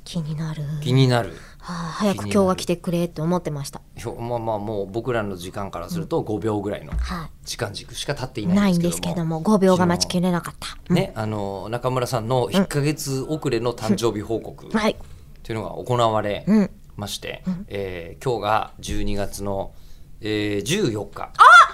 気になる。早く今日は来てくれって思ってました。 もう僕らの時間からすると5秒ぐらいの時間軸しか経っていないんですけども、 5秒が待ちきれなかった、 ね、中村さんの1ヶ月遅れの誕生日報告というのが行われまして、今日が12月の、14日。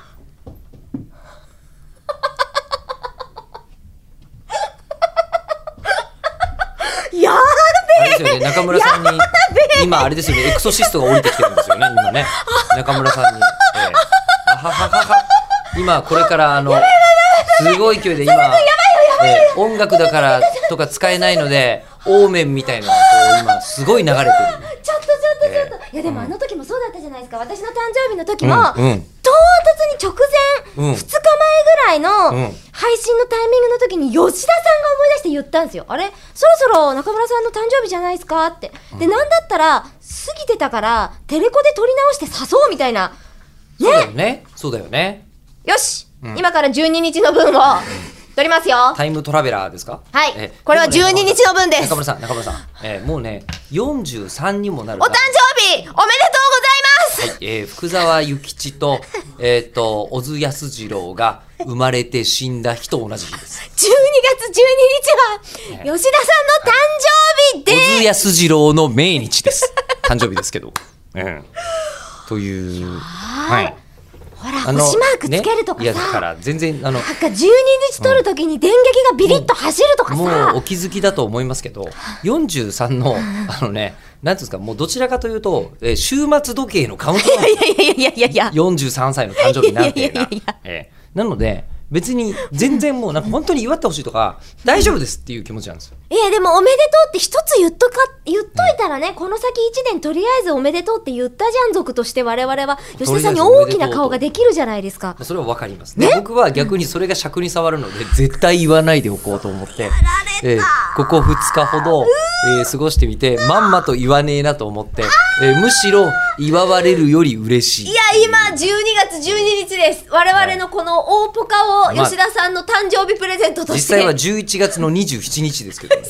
やーあれですよね、中村さんに今あれですよね、エクソシストが降りてきてるんですよね、今ね、中村さんに、今これからすごい勢いで今、音楽だからとか使えないのでオーメンみたいなのがこう今すごい流れてる。 ちょっといやでもあの時もそうだったじゃないですか。私の誕生日の時も、唐突に直前、2日前ぐらいの配信のタイミングの時に吉田さんが思い出して言ったんですよ。あれそろそろ中村さんの誕生日じゃないですかって。で、なんだったら過ぎてたからテレコで撮り直して誘おうみたいな、ね、 そうだよね。 よし、今から12日の分を撮りますよ。 タイムトラベラーですか？ はい、これは12日の分です。 中村さん、もうね43にもなる。 お誕生日おめでとうございます。 はい、福沢諭吉と小津安二郎が生まれて死んだ日と同じ日です。 12月12日は吉田さんの誕生日で、 小津安二郎の命日です。誕生日ですけど、という、 ほら星マークつけるとかさ、 いやだから全然なんか12日撮るときに電撃がビリッと走るとかさ、 もうお気づきだと思いますけど、43のなんていうんですか、もうどちらかというと、終末時計のカウントダウン。43歳の誕生日なんてな。なので別に全然もうなんか本当に祝ってほしいとか大丈夫ですっていう気持ちなんですよ。 でもおめでとうって一つ言っといたらね、この先1年とりあえずおめでとうって言ったじゃん族として我々は吉田さんに大きな顔ができるじゃないですか。 それは分かりますね。僕は逆にそれが尺に触るので絶対言わないでおこうと思ってここ2日ほど、過ごしてみてまんまと言わねえなと思って、むしろ祝われるより嬉しい。 いや今12月12日です。我々のこの大ポカを吉田さんの誕生日プレゼントとして、 実際は11月の27日ですけどね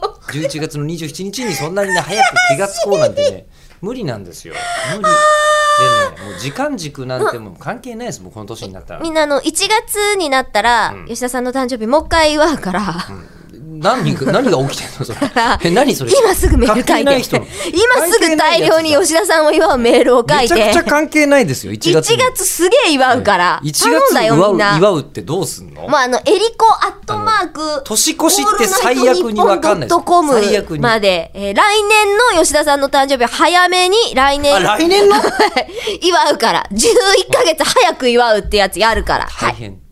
11月の27日にそんなにね早く気がつこうなんてね無理なんですよ。無理でね、もう時間軸なんてもう関係ないです。もうこの年になったらみんな1月になったら、吉田さんの誕生日もう一回祝うから、 何が起きてんのそれ何それ。 今すぐメール書いて、今すぐ大量に吉田さんを祝うメールを書いて。 めちゃくちゃ関係ないですよ。1 月すげえ祝うから、 1月祝うってどうすんの。 もうエリコアットマーク年越しって最悪に分かんないです。 最悪にまで、来年の吉田さんの誕生日早めに来年の祝うから11ヶ月早く祝うってやつやるから。 大変